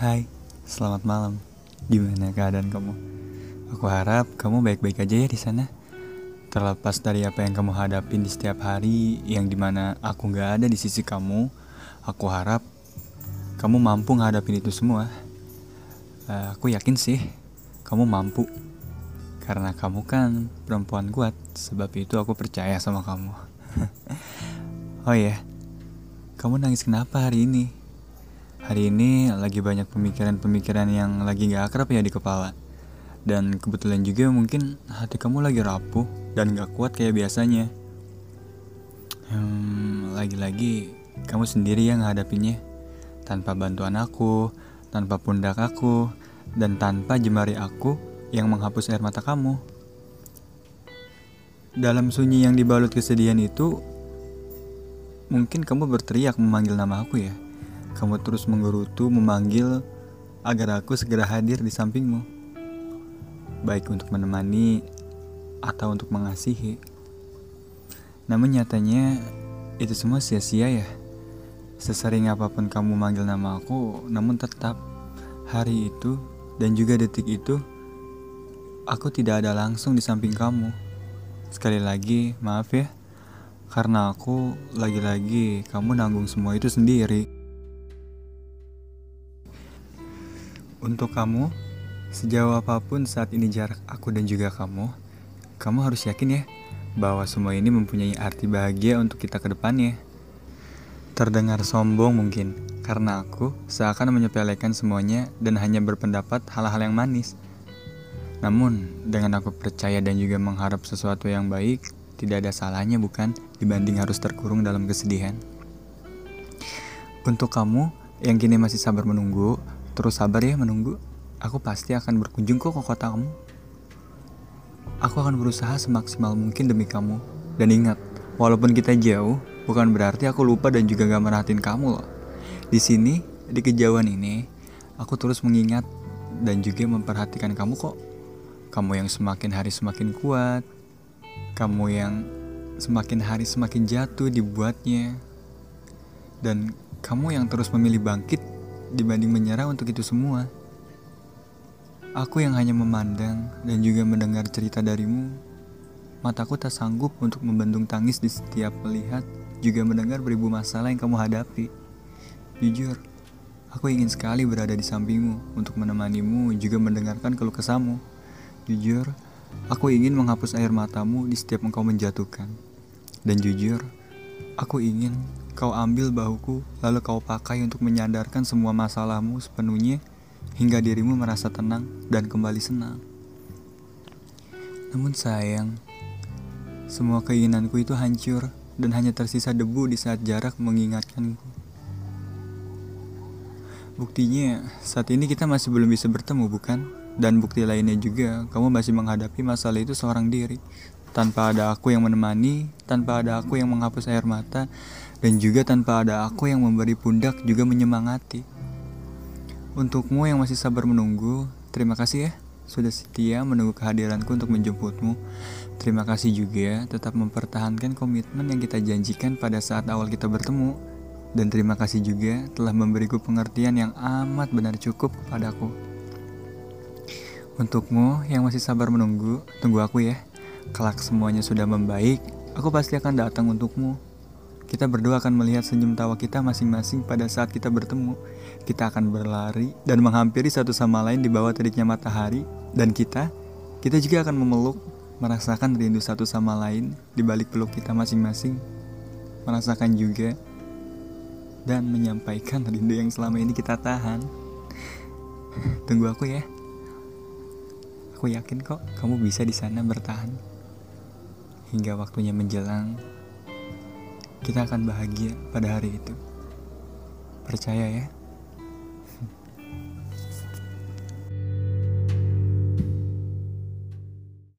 Hai, selamat malam. Gimana keadaan kamu? Aku harap kamu baik-baik aja ya di sana. Terlepas dari apa yang kamu hadapin di setiap hari, yang dimana aku gak ada di sisi kamu, aku harap kamu mampu ngadapin itu semua. Aku yakin sih, kamu mampu. Karena kamu kan perempuan kuat, sebab itu aku percaya sama kamu. Oh ya, kamu nangis kenapa hari ini? Hari ini lagi banyak pemikiran-pemikiran yang lagi gak akrab ya di kepala. Dan kebetulan juga mungkin hati kamu lagi rapuh dan gak kuat kayak biasanya. Lagi-lagi kamu sendiri yang ngadapinnya. Tanpa bantuan aku, tanpa pundak aku, dan tanpa jemari aku yang menghapus air mata kamu. Dalam sunyi yang dibalut kesedihan itu, mungkin kamu berteriak memanggil nama aku ya. Kamu terus menggerutu memanggil agar aku segera hadir di sampingmu. Baik untuk menemani atau untuk mengasihi. Namun nyatanya itu semua sia-sia ya. Sesering apapun kamu manggil nama aku, namun tetap hari itu dan juga detik itu aku tidak ada langsung di samping kamu. Sekali lagi maaf ya, karena aku lagi-lagi kamu nanggung semua itu sendiri. Untuk kamu, sejauh apapun saat ini jarak aku dan juga kamu harus yakin ya bahwa semua ini mempunyai arti bahagia untuk kita ke depannya. Terdengar sombong mungkin, karena aku seakan menyepelekan semuanya dan hanya berpendapat hal-hal yang manis. Namun, dengan aku percaya dan juga mengharap sesuatu yang baik, tidak ada salahnya bukan dibanding harus terkurung dalam kesedihan. Untuk kamu yang kini masih sabar menunggu, terus sabar ya menunggu. Aku pasti akan berkunjung kok ke kota kamu. Aku akan berusaha semaksimal mungkin demi kamu. Dan ingat, walaupun kita jauh, bukan berarti aku lupa dan juga gak merhatiin kamu loh. Di sini, di kejauhan ini, aku terus mengingat dan juga memperhatikan kamu kok. Kamu yang semakin hari semakin kuat. Kamu yang semakin hari semakin jatuh dibuatnya. Dan kamu yang terus memilih bangkit dibanding menyerah untuk itu semua. Aku yang hanya memandang dan juga mendengar cerita darimu. Mataku tak sanggup untuk membendung tangis di setiap melihat juga mendengar beribu masalah yang kamu hadapi. Jujur, aku ingin sekali berada di sampingmu untuk menemanimu juga mendengarkan keluh kesahmu. Jujur, aku ingin menghapus air matamu di setiap engkau menjatuhkan. Dan jujur, aku ingin kau ambil bahuku lalu kau pakai untuk menyandarkan semua masalahmu sepenuhnya hingga dirimu merasa tenang dan kembali senang. Namun sayang, semua keinginanku itu hancur dan hanya tersisa debu di saat jarak mengingatkanku. Buktinya, saat ini kita masih belum bisa bertemu bukan? Dan bukti lainnya juga, kamu masih menghadapi masalah itu seorang diri. Tanpa ada aku yang menemani, tanpa ada aku yang menghapus air mata, dan juga tanpa ada aku yang memberi pundak juga menyemangati. Untukmu yang masih sabar menunggu, terima kasih ya sudah setia menunggu kehadiranku untuk menjemputmu. Terima kasih juga tetap mempertahankan komitmen yang kita janjikan pada saat awal kita bertemu. Dan terima kasih juga telah memberiku pengertian yang amat benar cukup kepadaku. Untukmu yang masih sabar menunggu, tunggu aku ya. Kelak semuanya sudah membaik, aku pasti akan datang untukmu. Kita berdua akan melihat senyum tawa kita masing-masing pada saat kita bertemu. Kita akan berlari dan menghampiri satu sama lain di bawah teriknya matahari. Dan kita juga akan memeluk, merasakan rindu satu sama lain di balik peluk kita masing-masing. Merasakan juga dan menyampaikan rindu yang selama ini kita tahan. Tunggu aku ya. Aku yakin kok kamu bisa di sana bertahan. Hingga waktunya menjelang, kita akan bahagia pada hari itu. Percaya ya.